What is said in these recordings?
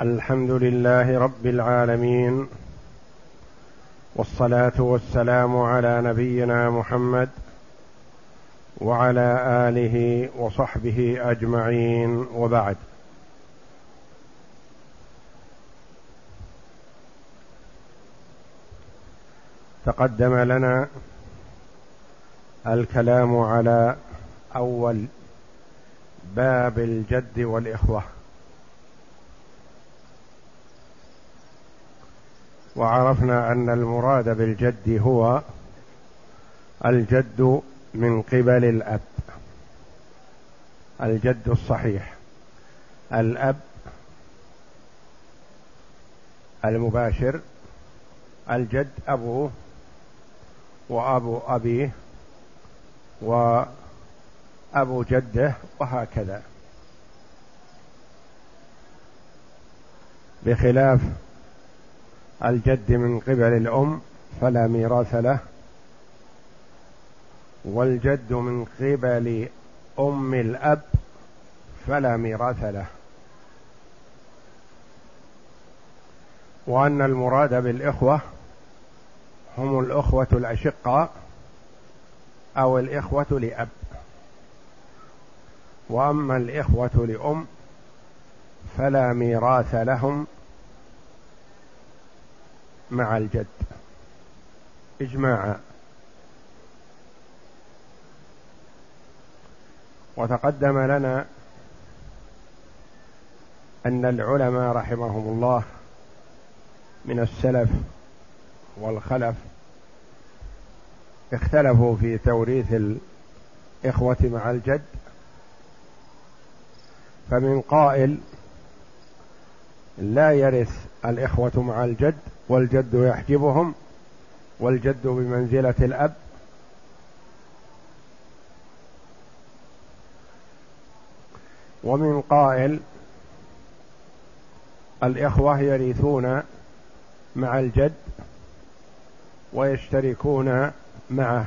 الحمد لله رب العالمين، والصلاة والسلام على نبينا محمد وعلى آله وصحبه أجمعين، وبعد. تقدم لنا الكلام على أول باب الجد والإخوة، وعرفنا أن المراد بالجد هو الجد من قبل الأب، الجد الصحيح، الأب المباشر، الجد أبوه وأبو أبيه وأبو جده، وهكذا، بخلاف الجد من قبل الأم فلا ميراث له، والجد من قبل أم الأب فلا ميراث له. وأن المراد بالإخوة هم الأخوة الأشقاء أو الإخوة لأب، وأما الإخوة لأم فلا ميراث لهم مع الجد إجماعا. وتقدم لنا أن العلماء رحمهم الله من السلف والخلف اختلفوا في توريث الإخوة مع الجد، فمن قائل لا يرث الإخوة مع الجد والجد يحجبهم والجد بمنزلة الأب، ومن قائل الإخوة يرثون مع الجد ويشتركون معه،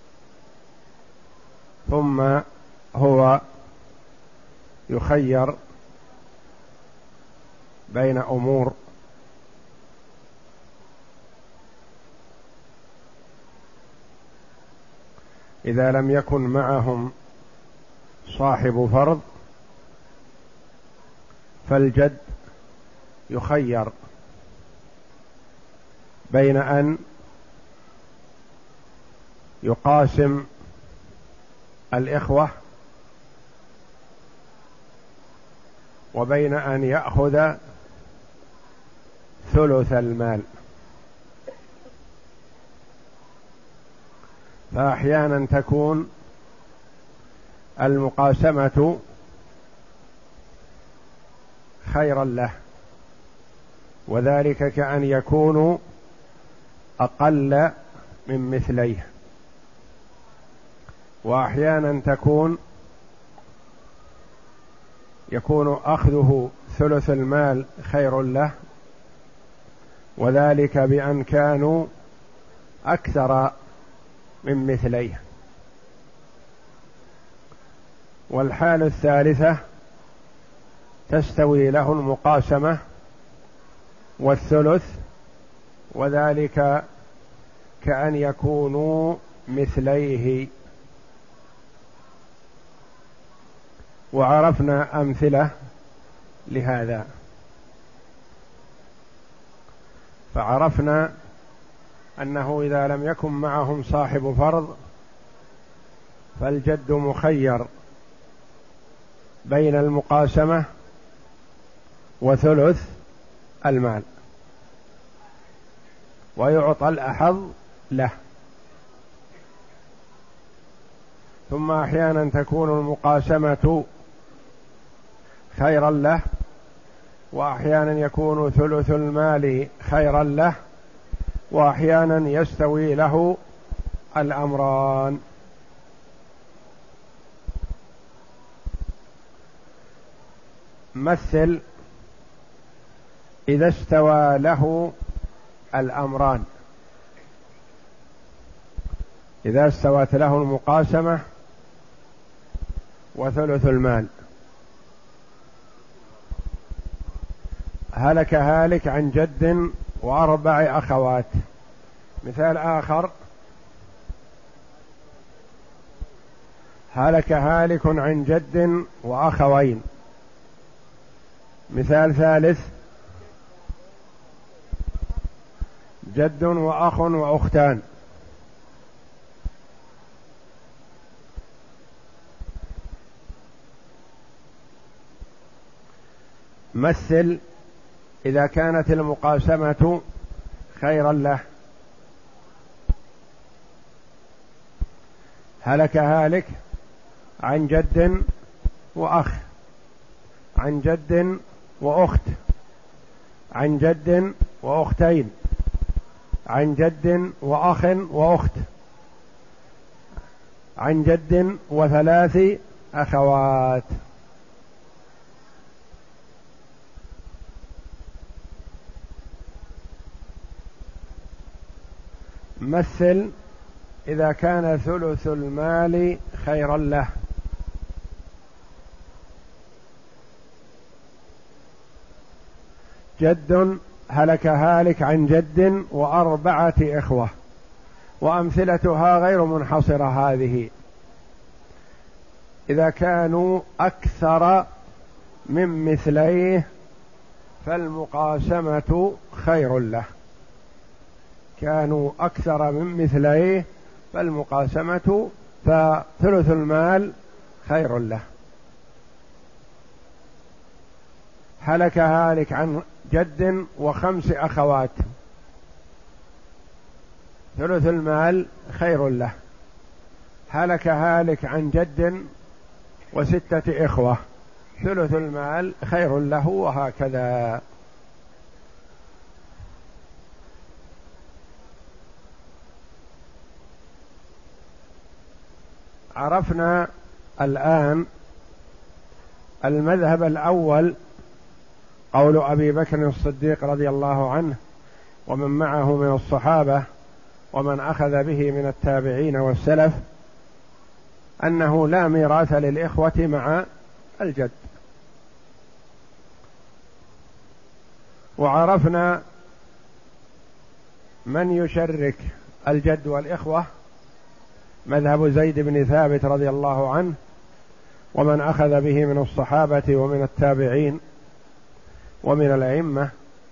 ثم هو يخير بين أمور، إذا لم يكن معهم صاحب فرض فالجد يخير بين أن يقاسم الإخوة وبين أن يأخذ ثلث المال. فأحيانا تكون المقاسمة خيرا له، وذلك كأن يكون أقل من مثليه، وأحيانا يكون أخذه ثلث المال خير له، وذلك بأن كانوا أكثر من مثليه. والحالة الثالثة تستوي له المقاسمة والثلث، وذلك كأن يكونوا مثليه. وعرفنا أمثلة لهذا، فعرفنا أنه إذا لم يكن معهم صاحب فرض فالجد مخير بين المقاسمة وثلث المال، ويعطى الأحظ له. ثم أحيانا تكون المقاسمة خيرا له، وأحيانا يكون ثلث المال خيرا له، وأحيانا يستوي له الأمران. مثل إذا استوى له الأمران، إذا استوت له المقاسمة وثلث المال، هلك هالك عن جد وأربع أخوات. مثال آخر: هلك هالك عن جد وأخوين. مثال ثالث: جد وأخ وأختان. مثل إذا كانت المقاسمة خيرا له. هلك هالك عن جد وأخ، عن جد وأخت، عن جد وأختين، عن جد وأخ وأخت، عن جد وثلاث أخوات. مثل إذا كان ثلث المال خيرا له. جد هلك هالك عن جد وأربعة إخوة. وأمثلتها غير منحصرة هذه. إذا كانوا أكثر من مثليه فالمقاسمة خير له. كانوا أكثر من مثليه فالمقاسمة، فثلث المال خير له. هلك هالك عن جد وخمس أخوات، ثلث المال خير له. هلك هالك عن جد وستة إخوة، ثلث المال خير له، وهكذا. عرفنا الآن المذهب الأول، قول أبي بكر الصديق رضي الله عنه ومن معه من الصحابة ومن أخذ به من التابعين والسلف، أنه لا ميراث للإخوة مع الجد. وعرفنا من يشرك الجد والإخوة، مذهب زيد بن ثابت رضي الله عنه ومن أخذ به من الصحابة ومن التابعين ومن الأئمة،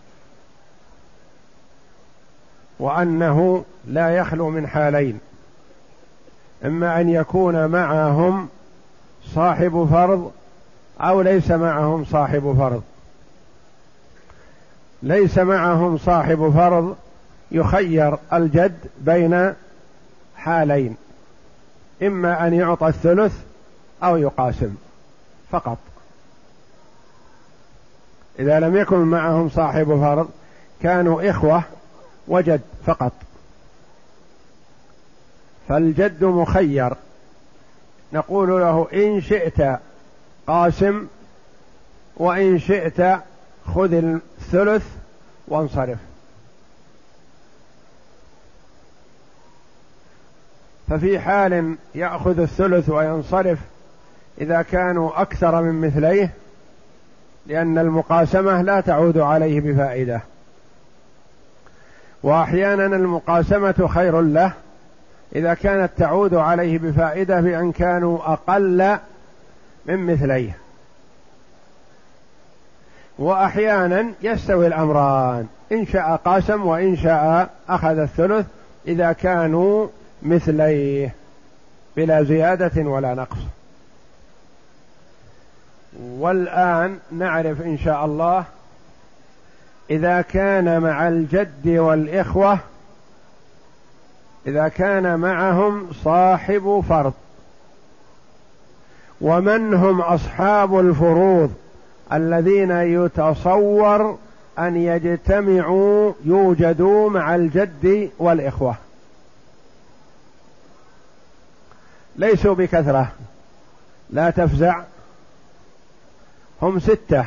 وأنه لا يخلو من حالين: إما أن يكون معهم صاحب فرض أو ليس معهم صاحب فرض. ليس معهم صاحب فرض يخير الجد بين حالين: إما أن يعطى الثلث أو يقاسم فقط. إذا لم يكن معهم صاحب فرض كانوا إخوة وجد فقط، فالجد مخير، نقول له: إن شئت قاسم، وإن شئت خذ الثلث وانصرف. ففي حال يأخذ الثلث وينصرف إذا كانوا أكثر من مثليه، لأن المقاسمة لا تعود عليه بفائدة. وأحيانا المقاسمة خير له إذا كانت تعود عليه بفائدة بأن كانوا أقل من مثليه. وأحيانا يستوي الأمران، إن شاء قاسم وإن شاء أخذ الثلث إذا كانوا مثليه بلا زيادة ولا نقص. والآن نعرف إن شاء الله إذا كان مع الجد والإخوة، إذا كان معهم صاحب فرض، ومن هم أصحاب الفروض الذين يتصور أن يجتمعوا يوجدوا مع الجد والإخوة. ليسوا بكثرة، لا تفزع، هم 6.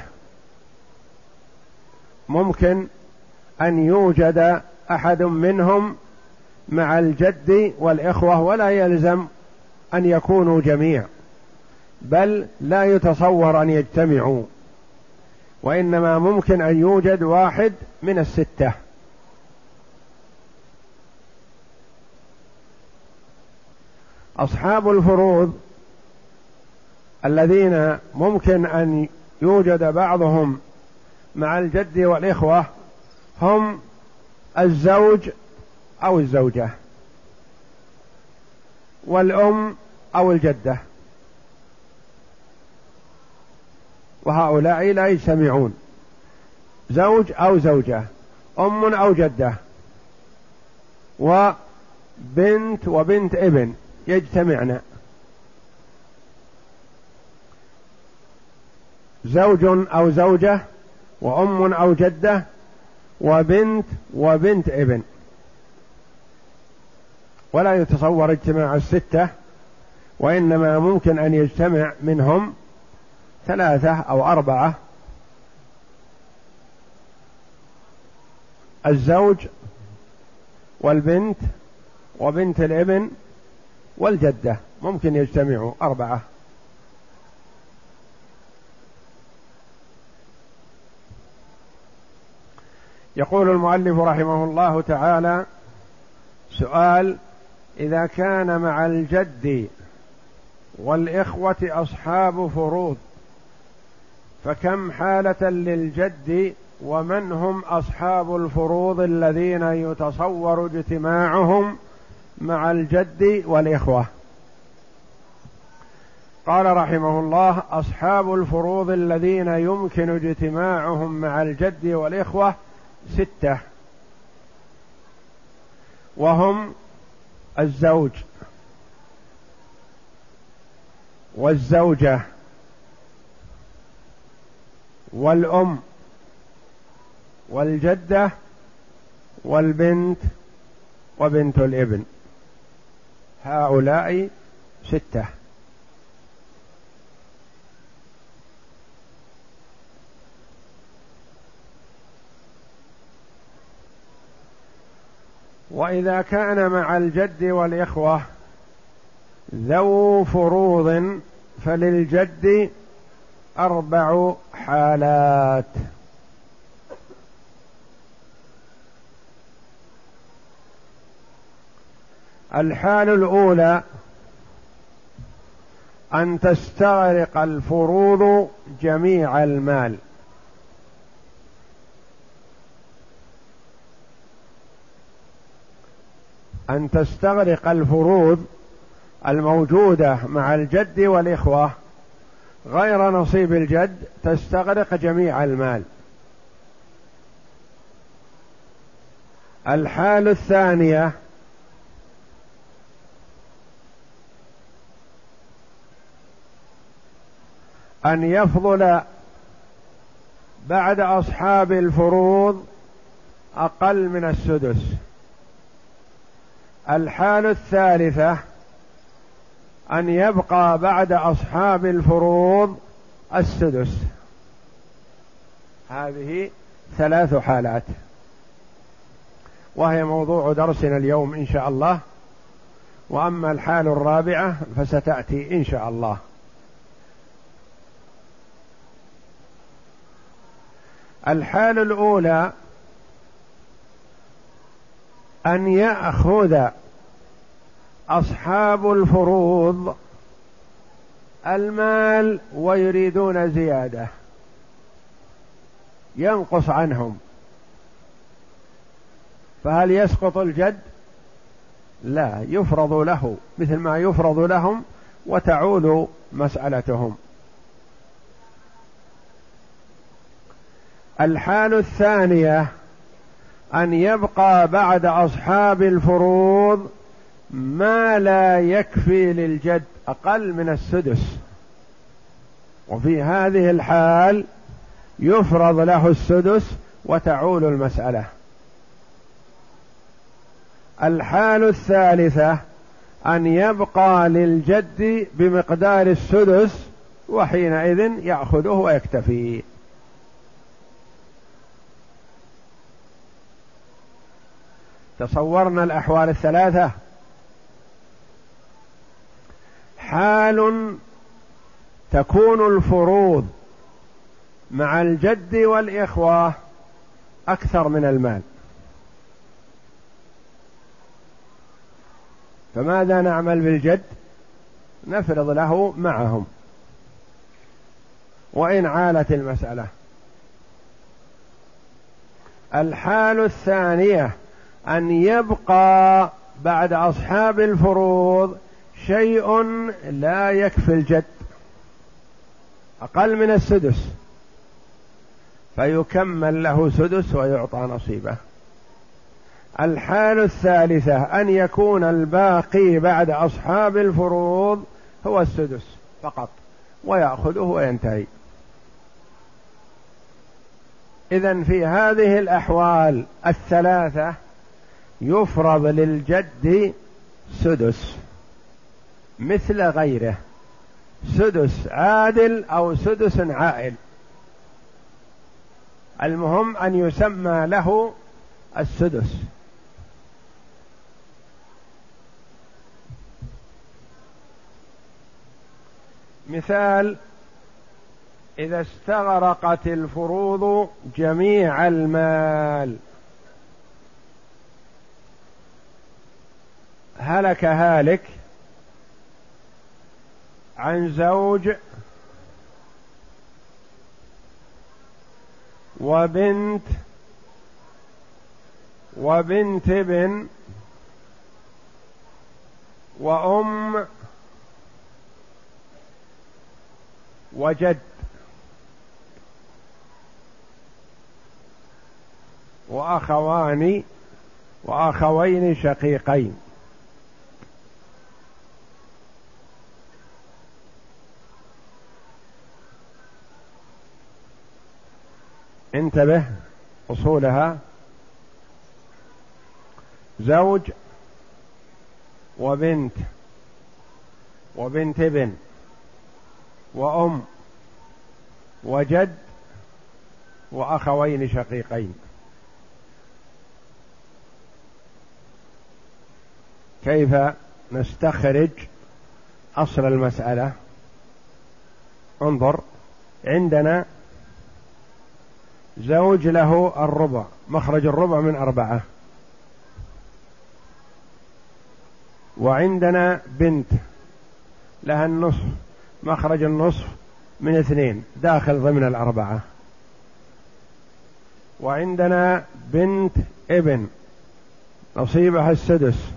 ممكن أن يوجد أحد منهم مع الجد والإخوة، ولا يلزم أن يكونوا جميع، بل لا يتصور أن يجتمعوا. وإنما ممكن أن يوجد واحد من الستة. أصحاب الفروض الذين ممكن أن يوجد بعضهم مع الجد والإخوة هم الزوج أو الزوجة، والأم أو الجدة، وهؤلاء لا يجتمعون، زوج أو زوجة، أم أو جدة، وبنت وبنت ابن يجتمعن، زوج أو زوجة وأم أو جدة وبنت وبنت ابن. ولا يتصور اجتماع الستة، وإنما ممكن أن يجتمع منهم ثلاثة أو أربعة: الزوج والبنت وبنت الابن والجدة، ممكن يجتمعوا أربعة. يقول المؤلف رحمه الله تعالى: سؤال: إذا كان مع الجد والإخوة أصحاب فروض فكم حالة للجد، ومن هم أصحاب الفروض الذين يتصور اجتماعهم مع الجد والإخوة؟ قال رحمه الله: أصحاب الفروض الذين يمكن اجتماعهم مع الجد والإخوة 6، وهم الزوج والزوجة والأم والجدة والبنت وبنت الابن، هؤلاء 6. وإذا كان مع الجد والإخوة ذو فروض فللجد 4 حالات. الحالة الأولى أن تستغرق الفروض جميع المال، أن تستغرق الفروض الموجودة مع الجد والإخوة غير نصيب الجد، تستغرق جميع المال. الحالة الثانية أن يفضل بعد أصحاب الفروض أقل من السدس. الحالة الثالثة أن يبقى بعد أصحاب الفروض السدس. هذه 3 حالات، وهي موضوع درسنا اليوم إن شاء الله. وأما الحالة الرابعة فستأتي إن شاء الله. الحالة الأولى أن يأخذ أصحاب الفروض المال ويريدون زيادة، ينقص عنهم، فهل يسقط الجد؟ لا، يفرض له مثل ما يفرض لهم وتعول مسألتهم. الحالة الثانية أن يبقى بعد أصحاب الفروض ما لا يكفي للجد، أقل من السدس، وفي هذه الحال يفرض له السدس وتعول المسألة. الحالة الثالثة أن يبقى للجد بمقدار السدس، وحينئذ يأخذه ويكتفي. تصورنا الأحوال الثلاثة. حال تكون الفروض مع الجد والإخوة أكثر من المال، فماذا نعمل بالجد؟ نفرض له معهم وإن عالت المسألة. الحال الثانية أن يبقى بعد أصحاب الفروض شيء لا يكفي الجد، أقل من السدس، فيكمل له سدس ويعطى نصيبه. الحال الثالثة أن يكون الباقي بعد أصحاب الفروض هو السدس فقط ويأخذه وينتهي. إذن في هذه الأحوال الثلاثة يفرض للجد سدس مثل غيره، سدس عادل أو سدس عائل، المهم أن يسمى له السدس. مثال: إذا استغرقت الفروض جميع المال، هلك هالك عن زوج وبنت ابن وأم وجد وأخوين شقيقين. انتبه، أصولها زوج وبنت ابن وأم وجد وأخوين شقيقين. كيف نستخرج أصل المسألة؟ انظر، عندنا زوج له الربع، مخرج الربع من 4، وعندنا بنت لها النصف، مخرج النصف من 2، داخل ضمن 4، وعندنا بنت ابن نصيبها السدس،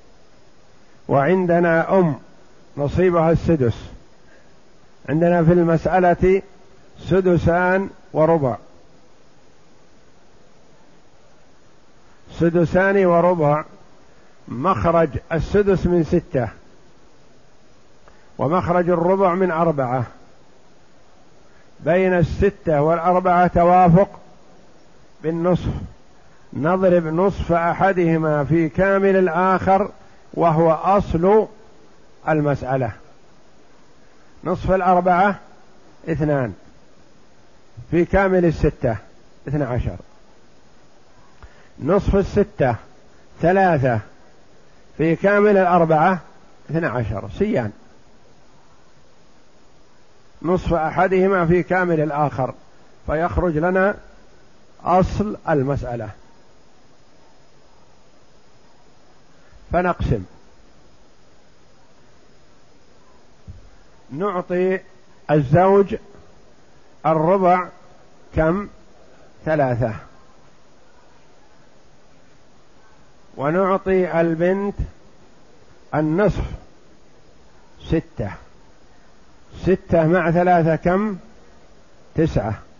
وعندنا أم نصيبها السدس. عندنا في المسألة سدسان وربع، سدسان وربع، مخرج السدس من 6 ومخرج الربع من 4، بين 6 و4 توافق بالنصف، نضرب نصف أحدهما في كامل الآخر وهو أصل المسألة. نصف 4 2 في كامل 6 12، نصف 6 3 في كامل 4 12 سيان، نصف أحدهما في كامل الآخر، فيخرج لنا أصل المسألة. فنقسم، نعطي الزوج الربع كم؟ 3، ونعطي البنت النصف 6، 6 مع 3 كم؟ 9،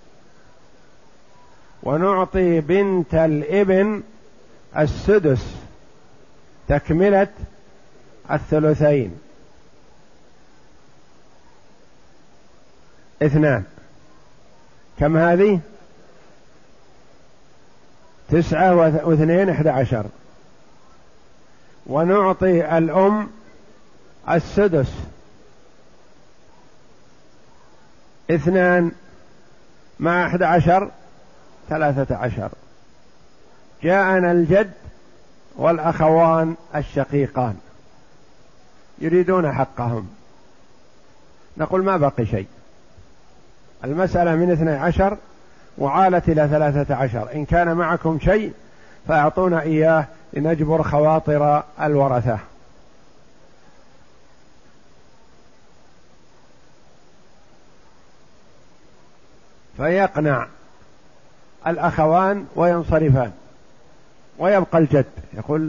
ونعطي بنت الابن السدس تكملة 2، 2 كم هذه؟ 9 و2 11، ونعطي الأم السدس 2 مع 11 13. جاءنا الجد والأخوان الشقيقان يريدون حقهم، نقول ما بقي شيء، المسألة من 12 وعالت إلى 13، إن كان معكم شيء فأعطونا إياه لنجبر خواطر الورثة. فيقنع الأخوان وينصرفان ويبقى الجد يقول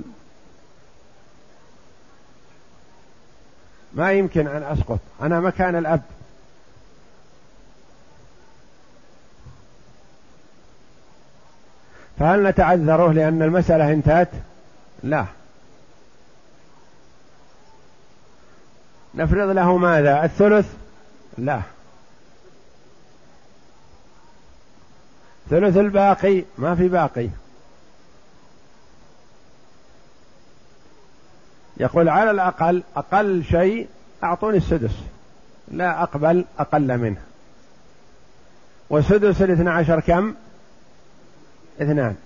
ما يمكن أن أسقط، أنا مكان الأب. فهل نتعذره لأن المسألة انتهت؟ لا، نفرض له ماذا؟ الثلث؟ لا، ثلث الباقي ما في باقي. يقول على الأقل أقل شيء أعطوني السدس، لا أقبل أقل منه. وسدس 12 كم؟ 2.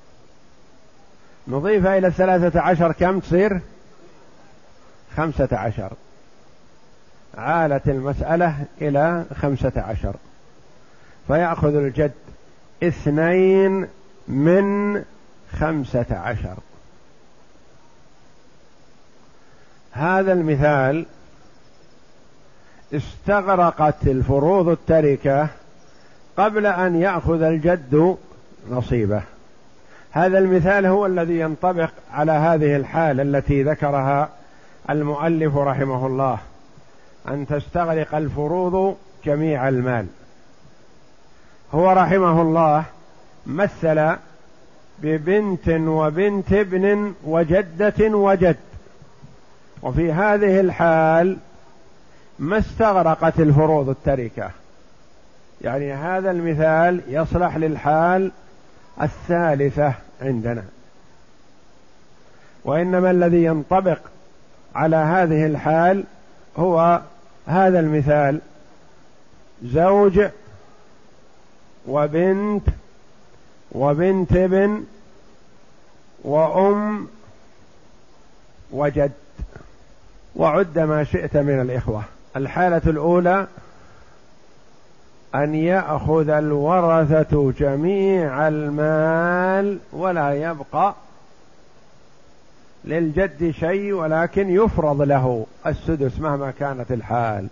نضيف إلى 13 كم تصير؟ 15. عالت المسألة إلى 15، فيأخذ الجد 2 من 15. هذا المثال استغرقت الفروض التركة قبل أن يأخذ الجد نصيبه. هذا المثال هو الذي ينطبق على هذه الحال التي ذكرها المؤلف رحمه الله، أن تستغرق الفروض جميع المال. هو رحمه الله مثل ببنت وبنت ابن وجدة وجد، وفي هذه الحال ما استغرقت الفروض التركة، يعني هذا المثال يصلح للحال الثالثة عندنا. وإنما الذي ينطبق على هذه الحال هو هذا المثال: زوج وبنت وبنت ابن وأم وجد، وعد ما شئت من الإخوة. الحالة الأولى أن يأخذ الورثة جميع المال ولا يبقى للجد شيء، ولكن يفرض له السدس مهما كانت الحال.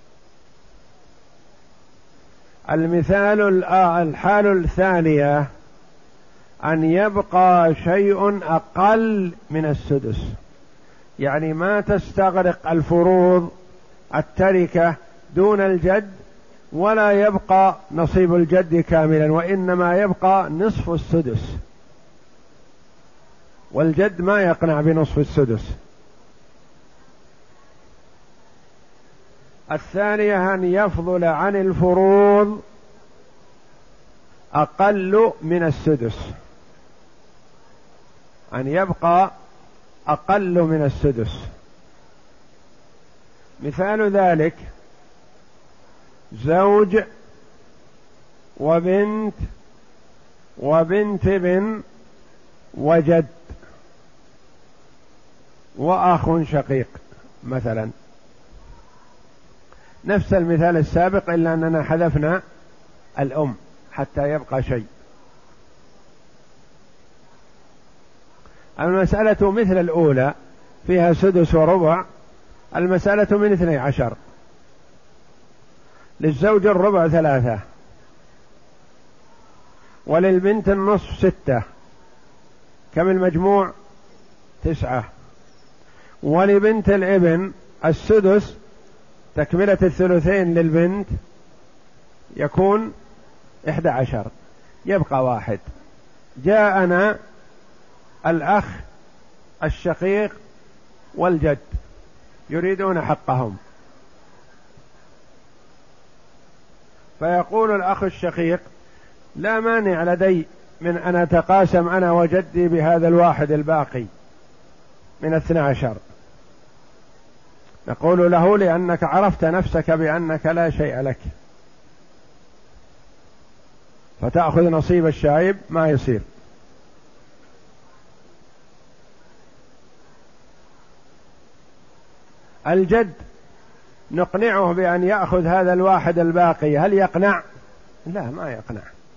الحالة الثانية أن يبقى شيء أقل من السدس، يعني ما تستغرق الفروض التركة دون الجد ولا يبقى نصيب الجد كاملا، وإنما يبقى نصف السدس، والجد ما يقنع بنصف السدس. الثانية أن يفضل عن الفروض أقل من السدس، أن يبقى أقل من السدس. مثال ذلك: زوج وبنت وبنت ابن وجد وأخ شقيق مثلا، نفس المثال السابق إلا أننا حذفنا الأم حتى يبقى شيء. المسألة مثل الأولى فيها سدس وربع، المسألة من 12. للزوج الربع 3، وللبنت النصف 6، كم المجموع؟ 9. ولبنت الابن السدس، تكملة الثلثين للبنت يكون 11، يبقى 1. جاءنا الأخ الشقيق والجد يريدون حقهم، فيقول الأخ الشقيق: لا مانع لدي من أن أتقاسم أنا وجدي بهذا الواحد الباقي من 12. نقول له: لأنك عرفت نفسك بأنك لا شيء لك، فتأخذ نصيب الشايب ما يصير. الجد نقنعه بأن يأخذ هذا الواحد الباقي، هل يقنع؟ لا، ما يقنع.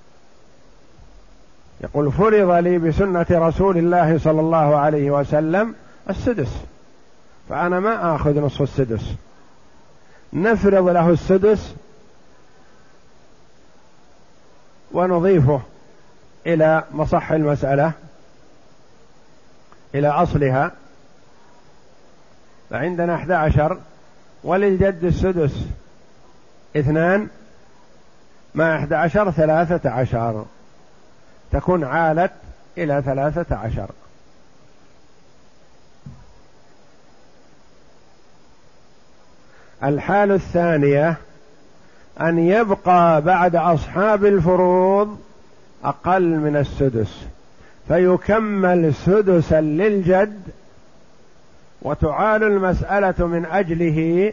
يقول فرض لي بسنة رسول الله صلى الله عليه وسلم السدس، فأنا ما آخذ نصف السدس، نفرض له السدس ونضيفه إلى مصح المسألة، إلى أصلها. فعندنا 11 وللجد السدس 2 مع 11 13، تكون عالت إلى 13. الحال الثانية أن يبقى بعد أصحاب الفروض أقل من السدس، فيكمل سدسا للجد وتعال المسألة من أجله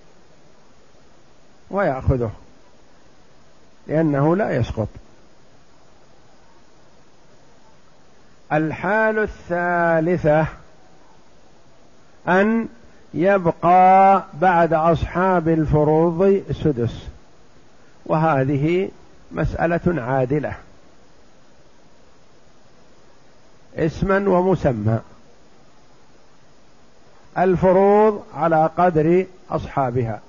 ويأخذه لأنه لا يسقط. الحال الثالثة أن يبقى بعد أصحاب الفروض سدس، وهذه مسألة عادلة اسما ومسمى. الفروض على قدر أصحابها،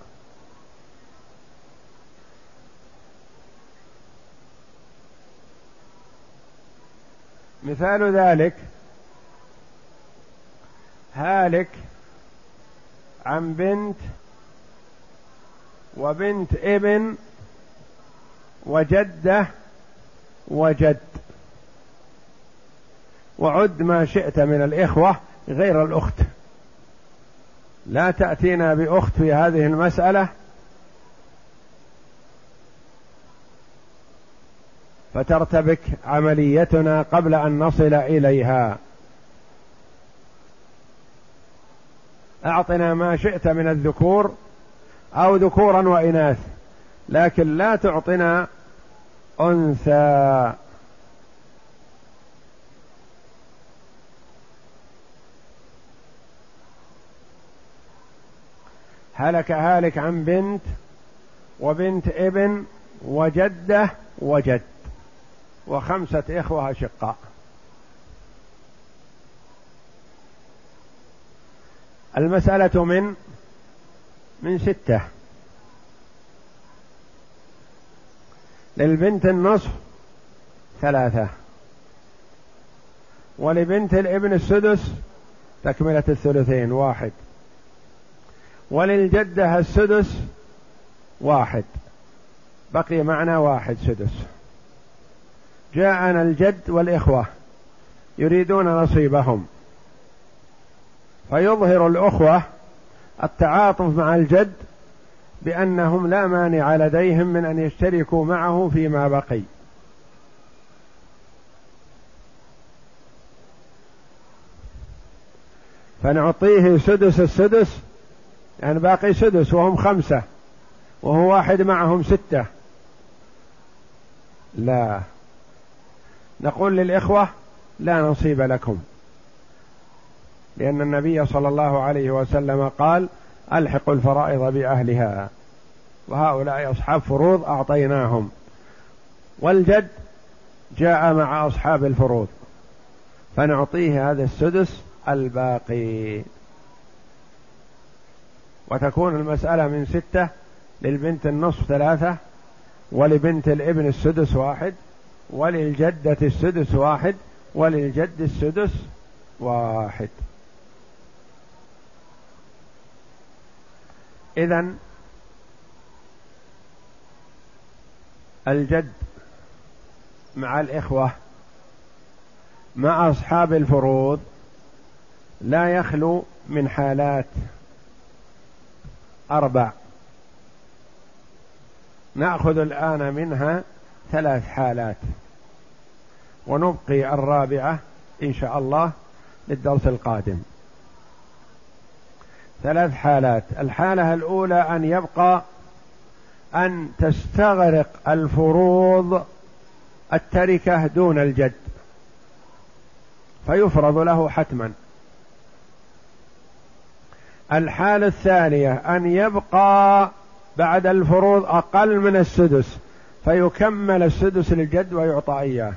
مثال ذلك هالك عن بنت وبنت ابن وجدة وجد، وعد ما شئت من الإخوة غير الأخت، لا تأتينا بأخت في هذه المسألة فترتبك عمليتنا قبل أن نصل إليها. أعطنا ما شئت من الذكور أو ذكورا وإناث، لكن لا تعطنا أنثى. هلك هالك عن بنت وبنت ابن وجدة وجد، و5 إخوة أشقاء. المسألة من 6. للبنت النصف 3، ولبنت الابن السدس تكملة الثلثين 1، وللجدة السدس 1، بقي معنا 1 سدس. جاءنا الجد والإخوة يريدون نصيبهم، فيظهر الأخوة التعاطف مع الجد بأنهم لا مانع لديهم من أن يشتركوا معه فيما بقي، فنعطيه سدس السدس، يعني باقي سدس وهم 5، وهو 1 معهم 6. لا، نقول للإخوة لا نصيب لكم، لأن النبي صلى الله عليه وسلم قال ألحقوا الفرائض بأهلها، وهؤلاء أصحاب فروض أعطيناهم، والجد جاء مع أصحاب الفروض، فنعطيه هذا السدس الباقي، وتكون المسألة من 6. للبنت النصف 3، ولبنت الابن السدس 1، وللجدة السدس 1، وللجد السدس 1. إذن الجد مع الإخوة مع أصحاب الفروض لا يخلو من حالات 4. نأخذ الآن منها 3 حالات، ونبقي الرابعة إن شاء الله للدرس القادم. 3 حالات. الحالة الأولى أن يبقى أن تستغرق الفروض التركة دون الجد، فيفرض له حتما. الحالة الثانية أن يبقى بعد الفروض أقل من السدس فيكمل السدس للجد ويعطى إياه.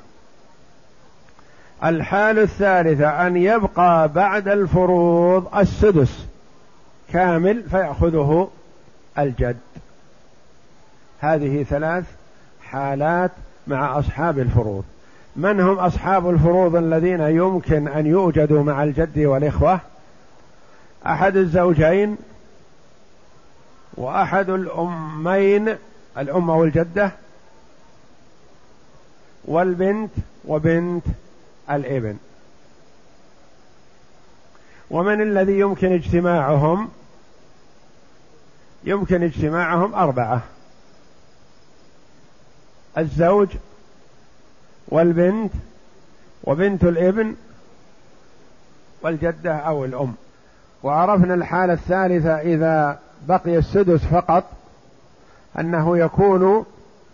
الحالة الثالثة أن يبقى بعد الفروض السدس كامل فيأخذه الجد. هذه ثلاث حالات مع أصحاب الفروض. من هم أصحاب الفروض الذين يمكن أن يوجدوا مع الجد والإخوة؟ أحد الزوجين وأحد الأمين، الأم والجدة، والبنت وبنت الابن. ومن الذي يمكن اجتماعهم؟ يمكن اجتماعهم 4: الزوج والبنت وبنت الابن والجدة أو الأم. وعرفنا الحالة الثالثة إذا بقي السدس فقط أنه يكون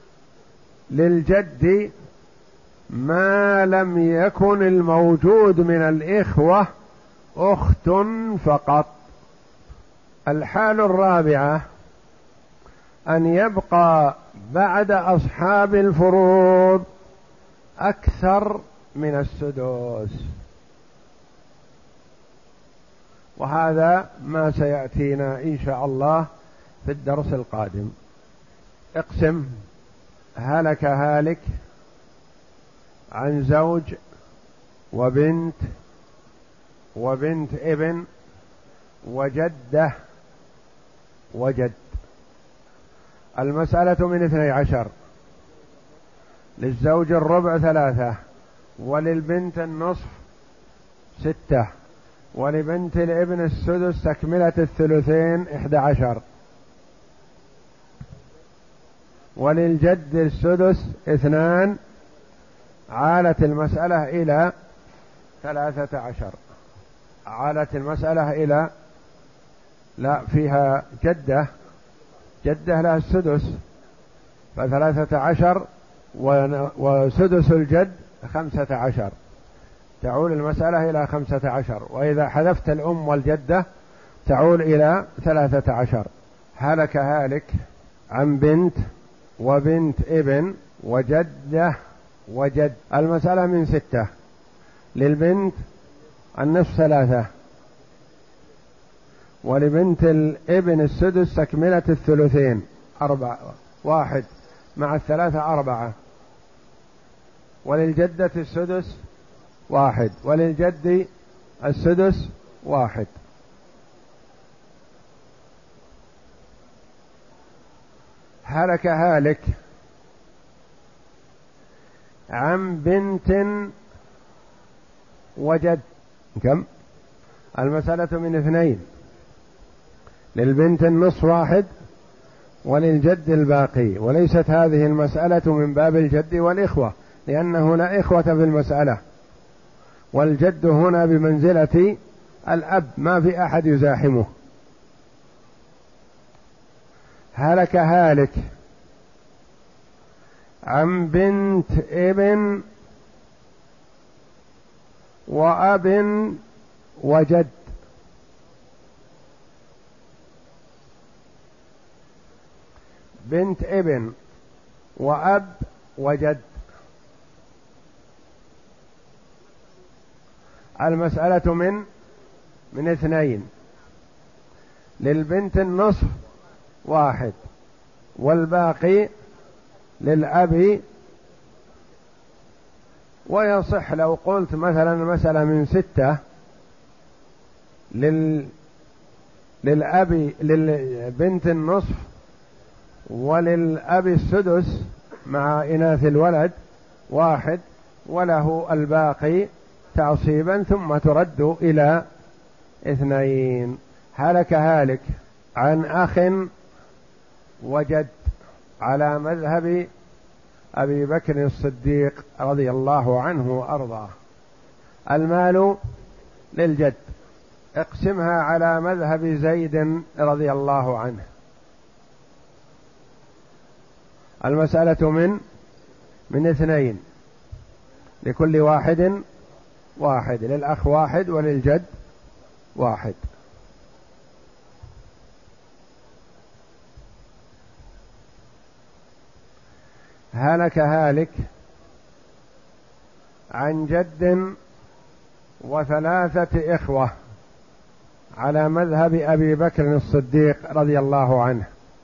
للجد ما لم يكن الموجود من الإخوة أخت فقط. الحالة الرابعة أن يبقى بعد أصحاب الفروض أكثر من السدس، وهذا ما سيأتينا إن شاء الله في الدرس القادم. اقسم هلك هالك عن زوج وبنت وبنت ابن وجدة وجد. المسألة من 12: للزوج الربع 3، وللبنت النصف 6، ولبنت الابن السدس تكملة الثلثين 11، وللجد السدس 2. عالت المسألة إلى 13. عالت المسألة إلى لا فيها جدة لها السدس ف13 وسدس الجد 15. تعول المسألة إلى 15. وإذا حذفت الأم والجدة تعول إلى 13. هلك هالك عن بنت وبنت ابن وجدة وجد. المسألة من 6: للبنت النصف 3، ولبنت الابن السدس تكملة الثلثين 1 مع 3 4، وللجدة السدس 1، وللجد السدس 1. هلك هالك عن بنت وجد. كم؟ المسألة من 2: للبنت النصف 1 وللجد الباقي. وليست هذه المسألة من باب الجد والإخوة، لأنه لا إخوة في المسألة، والجد هنا بمنزلة الأب، ما في أحد يزاحمه. هلك هالك عن بنت ابن وأب وجد. بنت ابن وأب وجد. المسألة من 2: للبنت النصف 1 والباقي للأب. ويصح لو قلت مثلا المسألة من 6: للأب للبنت النصف وللأب السدس مع إناث الولد 1 وله الباقي تعصيبا، ثم ترد إلى 2. هلك هالك عن أخ وجد على مذهب أبي بكر الصديق رضي الله عنه وأرضاه. المال للجد، اقسمها على مذهب زيد رضي الله عنه. المسألة من 2: لكل واحد 1، للأخ 1 وللجد 1. هلك هالك عن جد وثلاثة إخوة على مذهب أبي بكر الصديق رضي الله عنه.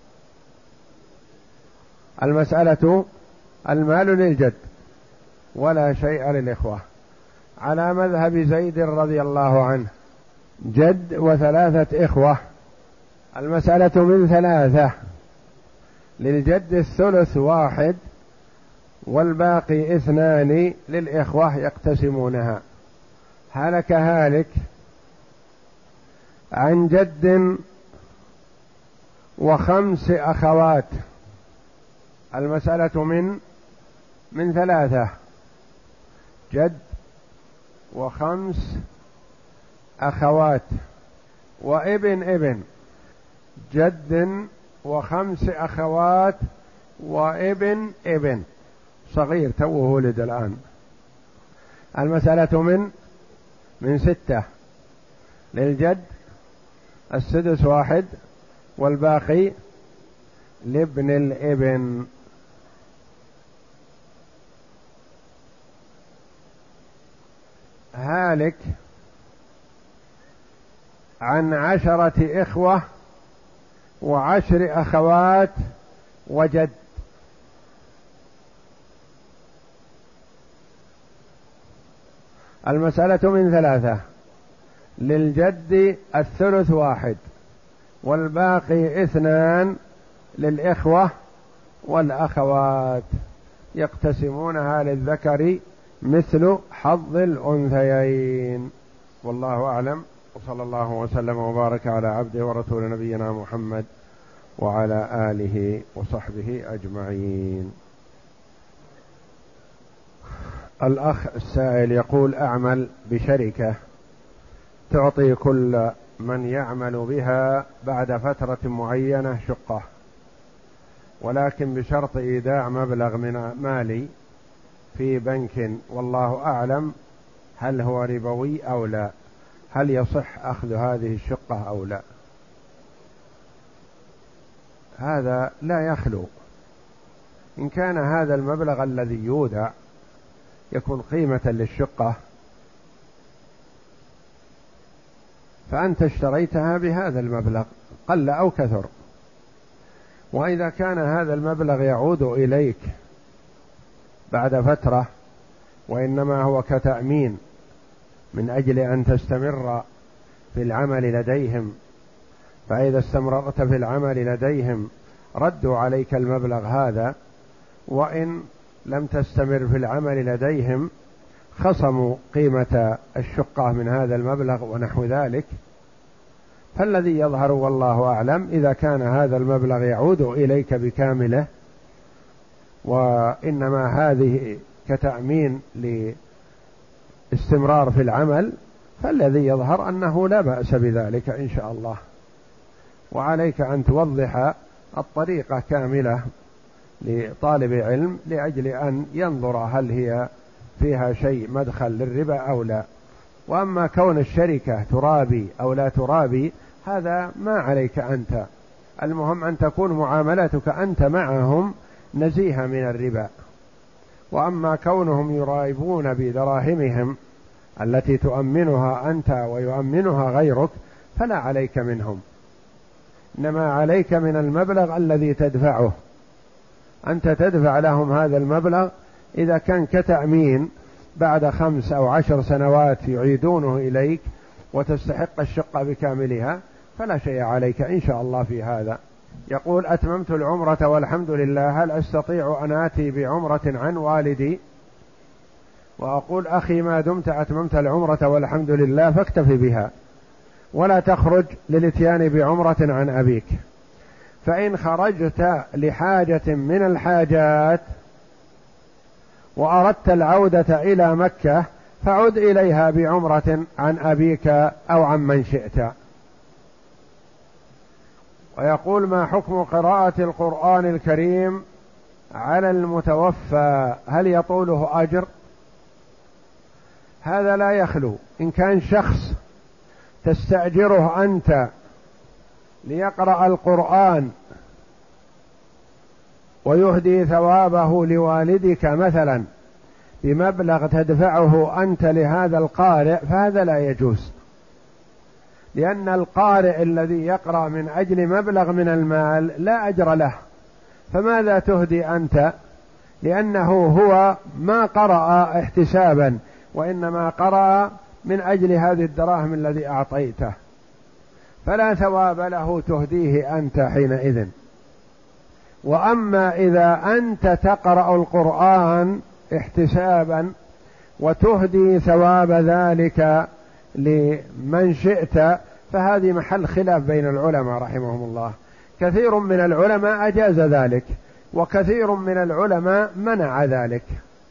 المسألة المال للجد ولا شيء للإخوة، على مذهب زيد رضي الله عنه جد وثلاثة إخوة، المسألة من ثلاثة، للجد الثلث واحد والباقي اثنان للإخوة يقتسمونها. هلك هالك عن جد وخمس أخوات، المسألة من ثلاثة، جد وخمس أخوات وابن ابن، جد وخمس أخوات وابن ابن صغير توه ولد الآن. المسألة من ستة، للجد السدس واحد والباقي لابن الابن. هالك عن 10 إخوة و10 أخوات وجد، المسألة من ثلاثة، للجد الثلث واحد والباقي اثنان للإخوة والأخوات يقتسمونها للذكر مثل حظ الأنثيين. والله أعلم، وصلى الله وسلم وبارك على عبده ورسول نبينا محمد وعلى آله وصحبه أجمعين. الأخ السائل يقول: أعمل بشركة تعطي كل من يعمل بها بعد فترة معينة شقة، ولكن بشرط إيداع مبلغ من مالي في بنك، والله أعلم هل هو ربوي أو لا، هل يصح أخذ هذه الشقة أو لا؟ هذا لا يخلو، إن كان هذا المبلغ الذي يودع يكون قيمة للشقة فأنت اشتريتها بهذا المبلغ قل أو كثر، وإذا كان هذا المبلغ يعود إليك بعد فترة وإنما هو كتأمين من أجل أن تستمر في العمل لديهم، فإذا استمررت في العمل لديهم ردوا عليك المبلغ هذا، وإن لم تستمر في العمل لديهم خصموا قيمة الشقة من هذا المبلغ ونحو ذلك. فالذي يظهر والله أعلم إذا كان هذا المبلغ يعود إليك بكامله وإنما هذه كتأمين لاستمرار في العمل، فالذي يظهر أنه لا بأس بذلك إن شاء الله. وعليك أن توضح الطريقة كاملة لطالب علم لأجل أن ينظر هل هي فيها شيء مدخل للربا أو لا. وأما كون الشركة ترابي أو لا ترابي هذا ما عليك أنت، المهم أن تكون معاملتك أنت معهم نزيهة من الربا. وأما كونهم يرائبون بدراهمهم التي تؤمنها أنت ويؤمنها غيرك فلا عليك منهم، إنما عليك من المبلغ الذي تدفعه. أنت تدفع لهم هذا المبلغ، إذا كان كتأمين بعد 5 أو 10 سنوات يعيدونه إليك وتستحق الشقة بكاملها فلا شيء عليك إن شاء الله في هذا. يقول: أتممت العمرة والحمد لله، هل أستطيع أن آتي بعمرة عن والدي؟ وأقول: أخي ما دمت أتممت العمرة والحمد لله فاكتفي بها ولا تخرج للاتيان بعمرة عن أبيك. فإن خرجت لحاجة من الحاجات وأردت العودة إلى مكة فعد إليها بعمرة عن أبيك أو عن من شئت. ويقول: ما حكم قراءة القرآن الكريم على المتوفى، هل يطوله أجر؟ هذا لا يخلو، إن كان شخص تستأجره أنت ليقرأ القرآن ويهدي ثوابه لوالدك مثلا بمبلغ تدفعه أنت لهذا القارئ، فهذا لا يجوز، لأن القارئ الذي يقرأ من أجل مبلغ من المال لا أجر له، فماذا تهدي أنت؟ لأنه هو ما قرأ احتسابا، وإنما قرأ من أجل هذه الدراهم الذي أعطيته، فلا ثواب له تهديه أنت حينئذ. وأما إذا أنت تقرأ القرآن احتسابا وتهدي ثواب ذلك لمن شئت، فهذه محل خلاف بين العلماء رحمهم الله. كثير من العلماء أجاز ذلك، وكثير من العلماء منع ذلك.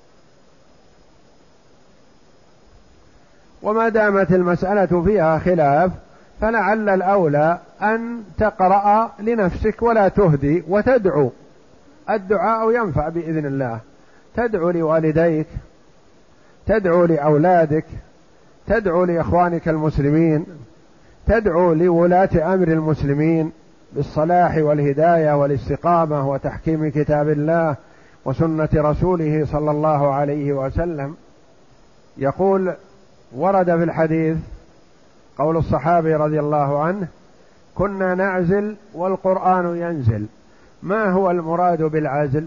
وما دامت المسألة فيها خلاف، فلعل الأولى أن تقرأ لنفسك ولا تهدي، وتدعو. الدعاء ينفع بإذن الله، تدعو لوالديك، تدعو لأولادك، تدعو لإخوانك المسلمين، تدعو لولاة أمر المسلمين بالصلاح والهداية والاستقامة وتحكيم كتاب الله وسنة رسوله صلى الله عليه وسلم. يقول ورد في الحديث قول الصحابي رضي الله عنه: كنا نعزل والقرآن ينزل. ما هو المراد بالعزل؟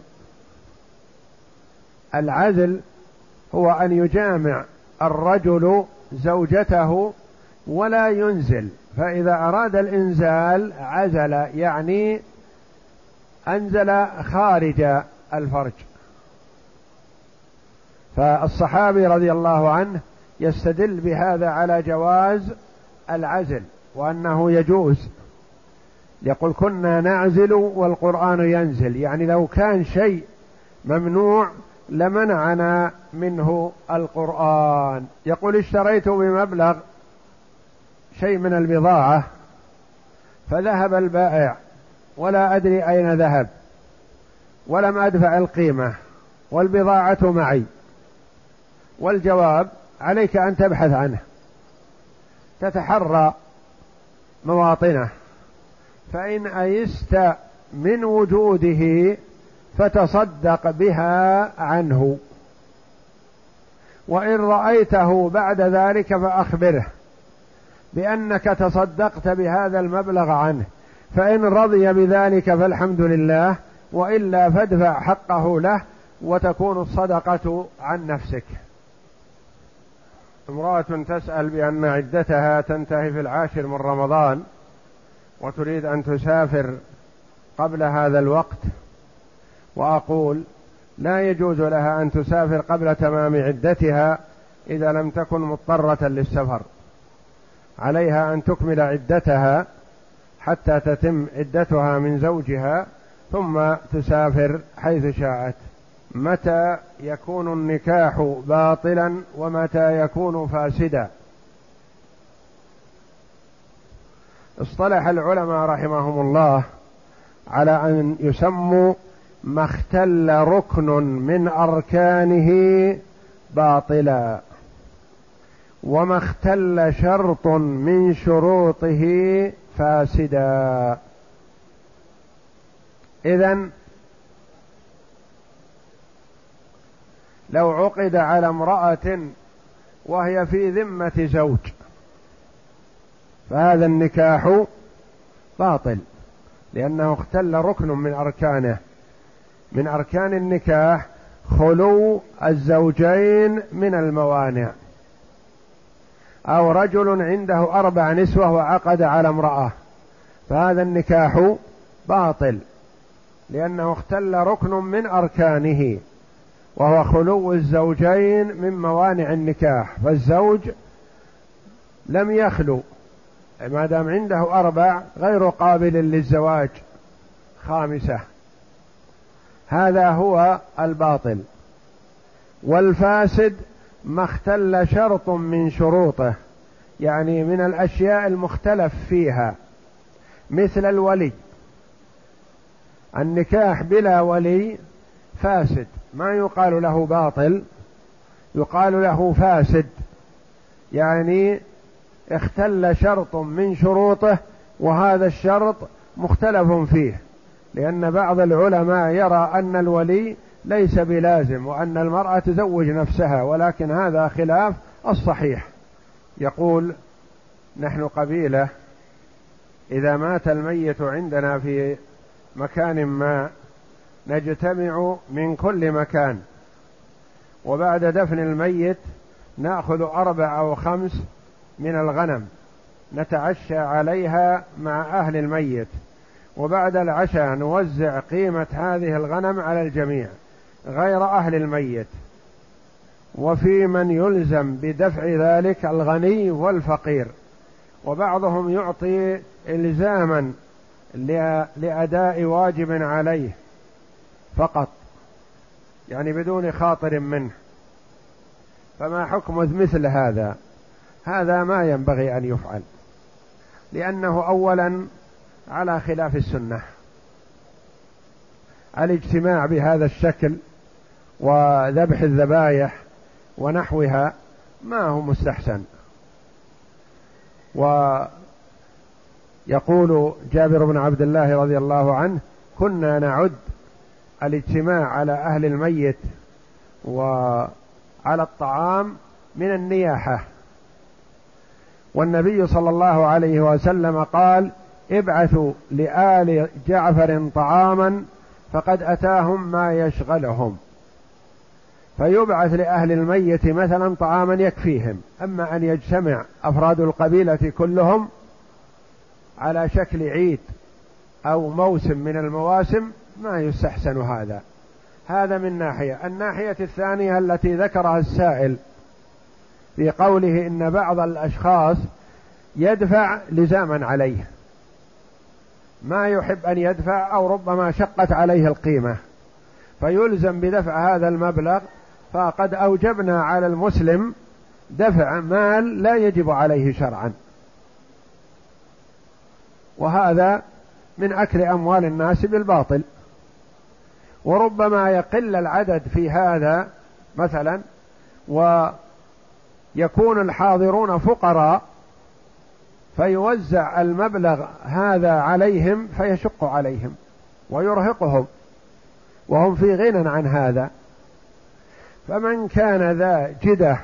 العزل هو أن يجامع الرجل زوجته ولا ينزل، فإذا أراد الإنزال عزل، يعني أنزل خارج الفرج. فالصحابي رضي الله عنه يستدل بهذا على جواز العزل وأنه يجوز. يقول كنا نعزل والقرآن ينزل، يعني لو كان شيء ممنوع لمنعنا منه القرآن. يقول اشتريت بمبلغ شيء من البضاعة فذهب البائع ولا أدري أين ذهب، ولم أدفع القيمة والبضاعة معي، والجواب: عليك أن تبحث عنه، تتحرى مواطنه، فإن أيست من وجوده فتصدق بها عنه، وإن رأيته بعد ذلك فأخبره بأنك تصدقت بهذا المبلغ عنه، فإن رضي بذلك فالحمد لله، وإلا فادفع حقه له وتكون الصدقة عن نفسك. امرأة تسأل بأن عدتها تنتهي في 10 من رمضان وتريد أن تسافر قبل هذا الوقت، وأقول لا يجوز لها أن تسافر قبل تمام عدتها إذا لم تكن مضطرة للسفر، عليها أن تكمل عدتها حتى تتم عدتها من زوجها ثم تسافر حيث شاءت. متى يكون النكاح باطلا ومتى يكون فاسدا؟ اصطلح العلماء رحمهم الله على أن يسموا ما اختل ركن من أركانه باطلا، وما اختل شرط من شروطه فاسدا. إذن لو عقد على امرأة وهي في ذمة زوج فهذا النكاح باطل، لأنه اختل ركن من أركانه. من أركان النكاح خلو الزوجين من الموانع. أو رجل عنده 4 نسوة وعقد على امرأة، فهذا النكاح باطل، لأنه اختل ركن من أركانه، وهو خلو الزوجين من موانع النكاح. فالزوج لم يخلو ما دام عنده 4 غير قابل للزواج 5. هذا هو الباطل. والفاسد ما اختل شرط من شروطه، يعني من الأشياء المختلف فيها، مثل الولي. النكاح بلا ولي فاسد، ما يقال له باطل، يقال له فاسد، يعني اختل شرط من شروطه، وهذا الشرط مختلف فيه، لأن بعض العلماء يرى أن الولي ليس بلازم وأن المرأة تزوج نفسها، ولكن هذا خلاف الصحيح. يقول: نحن قبيلة إذا مات الميت عندنا في مكان ما نجتمع من كل مكان، وبعد دفن الميت نأخذ 4 أو 5 من الغنم نتعشى عليها مع أهل الميت، وبعد العشاء نوزع قيمة هذه الغنم على الجميع غير أهل الميت، وفي من يلزم بدفع ذلك الغني والفقير، وبعضهم يعطي إلزاما لأداء واجب عليه فقط، يعني بدون خاطر منه. فما حكم مثل هذا؟ هذا ما ينبغي أن يفعل، لأنه أولا على خلاف السنة. الاجتماع بهذا الشكل وذبح الذبائح ونحوها ما هو مستحسن. ويقول جابر بن عبد الله رضي الله عنه: كنا نعد الاجتماع على أهل الميت وعلى الطعام من النياحة، والنبي صلى الله عليه وسلم قال: ابعثوا لآل جعفر طعاما فقد أتاهم ما يشغلهم. فيبعث لأهل الميت مثلا طعاما يكفيهم، أما أن يجتمع أفراد القبيلة كلهم على شكل عيد أو موسم من المواسم ما يستحسن هذا. هذا من ناحية. الناحية الثانية التي ذكرها السائل في قوله إن بعض الأشخاص يدفع لزاما عليه، ما يحب أن يدفع أو ربما شقت عليه القيمة فيلزم بدفع هذا المبلغ، فقد أوجبنا على المسلم دفع مال لا يجب عليه شرعا، وهذا من أكل أموال الناس بالباطل. وربما يقل العدد في هذا مثلا ويكون الحاضرون فقراء فيوزع المبلغ هذا عليهم فيشق عليهم ويرهقهم وهم في غنى عن هذا. فمن كان ذا جدة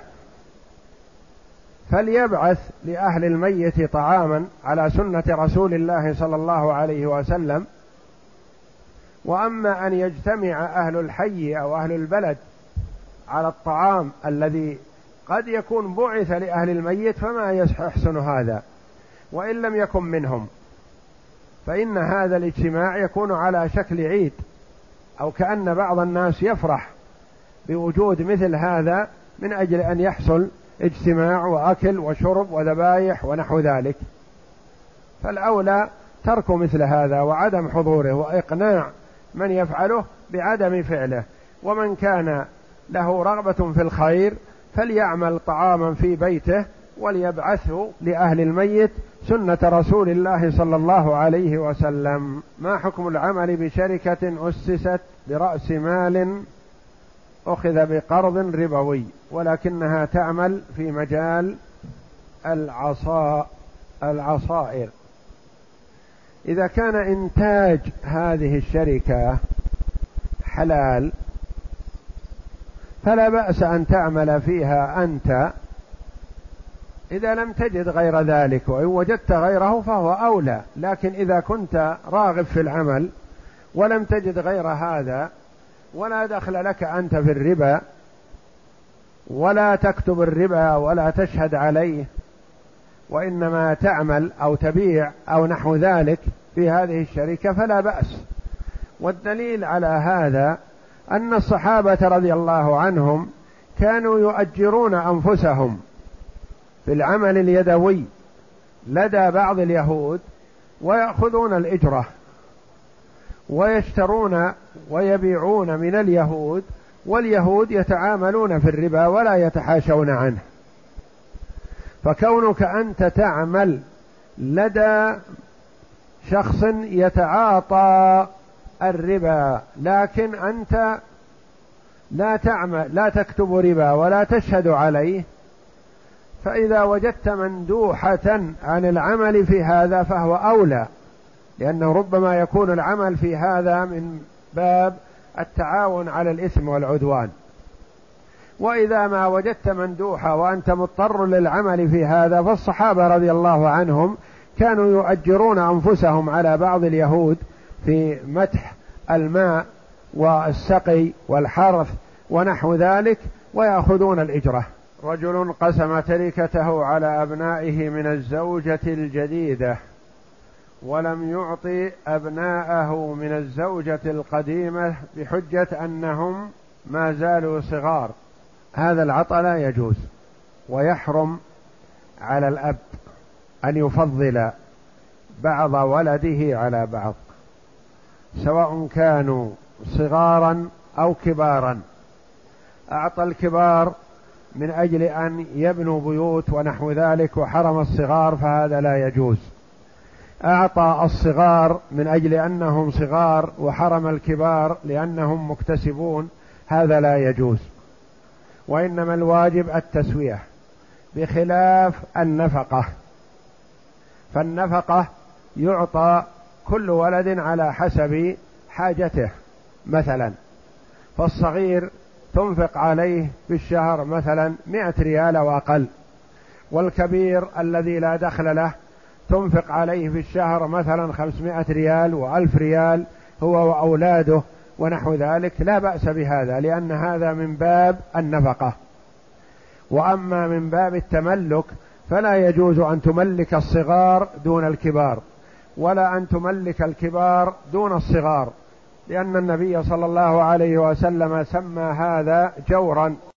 فليبعث لأهل الميت طعاما على سنة رسول الله صلى الله عليه وسلم. وأما أن يجتمع أهل الحي أو أهل البلد على الطعام الذي قد يكون بعث لأهل الميت فما يحسن هذا، وإن لم يكن منهم، فإن هذا الاجتماع يكون على شكل عيد، أو كأن بعض الناس يفرح بوجود مثل هذا من أجل أن يحصل اجتماع وأكل وشرب وذبائح ونحو ذلك. فالأولى ترك مثل هذا وعدم حضوره، وإقناع من يفعله بعدم فعله. ومن كان له رغبة في الخير فليعمل طعاما في بيته وليبعثه لأهل الميت سنة رسول الله صلى الله عليه وسلم. ما حكم العمل بشركة أسست برأس مال أخذ بقرض ربوي ولكنها تعمل في مجال العصائر؟ إذا كان إنتاج هذه الشركة حلال فلا بأس أن تعمل فيها أنت إذا لم تجد غير ذلك، وإن وجدت غيره فهو أولى. لكن إذا كنت راغب في العمل ولم تجد غير هذا ولا دخل لك أنت في الربا ولا تكتب الربا ولا تشهد عليه، وإنما تعمل أو تبيع أو نحو ذلك في هذه الشركة فلا بأس. والدليل على هذا أن الصحابة رضي الله عنهم كانوا يؤجرون أنفسهم في العمل اليدوي لدى بعض اليهود ويأخذون الإجرة ويشترون ويبيعون من اليهود، واليهود يتعاملون في الربا ولا يتحاشون عنه. فكونك أنت تعمل لدى شخص يتعاطى الربا لكن أنت لا تكتب ربا ولا تشهد عليه، فإذا وجدت مندوحة عن العمل في هذا فهو أولى، لأنه ربما يكون العمل في هذا من باب التعاون على الإثم والعدوان. وإذا ما وجدت مندوحة وأنت مضطر للعمل في هذا، فالصحابة رضي الله عنهم كانوا يؤجرون أنفسهم على بعض اليهود في مدح الماء والسقي والحرث ونحو ذلك، ويأخذون الإجرة. رجل قسم تركته على أبنائه من الزوجة الجديدة ولم يعطي أبناءه من الزوجة القديمة بحجة أنهم ما زالوا صغار، هذا العطاء لا يجوز. ويحرم على الأب أن يفضل بعض ولده على بعض، سواء كانوا صغارا أو كبارا. أعطى الكبار من أجل أن يبنوا بيوت ونحو ذلك وحرم الصغار، فهذا لا يجوز. أعطى الصغار من أجل أنهم صغار وحرم الكبار لأنهم مكتسبون، هذا لا يجوز. وإنما الواجب التسوية، بخلاف النفقة، فالنفقة يعطى كل ولد على حسب حاجته. مثلا فالصغير تنفق عليه في الشهر مثلا 100 ريال وأقل، والكبير الذي لا دخل له تنفق عليه في الشهر مثلا 500 ريال و1000 ريال هو وأولاده ونحو ذلك، لا بأس بهذا، لأن هذا من باب النفقة. وأما من باب التملك فلا يجوز أن تملك الصغار دون الكبار، ولا أن تملك الكبار دون الصغار، لأن النبي صلى الله عليه وسلم سمى هذا جورا.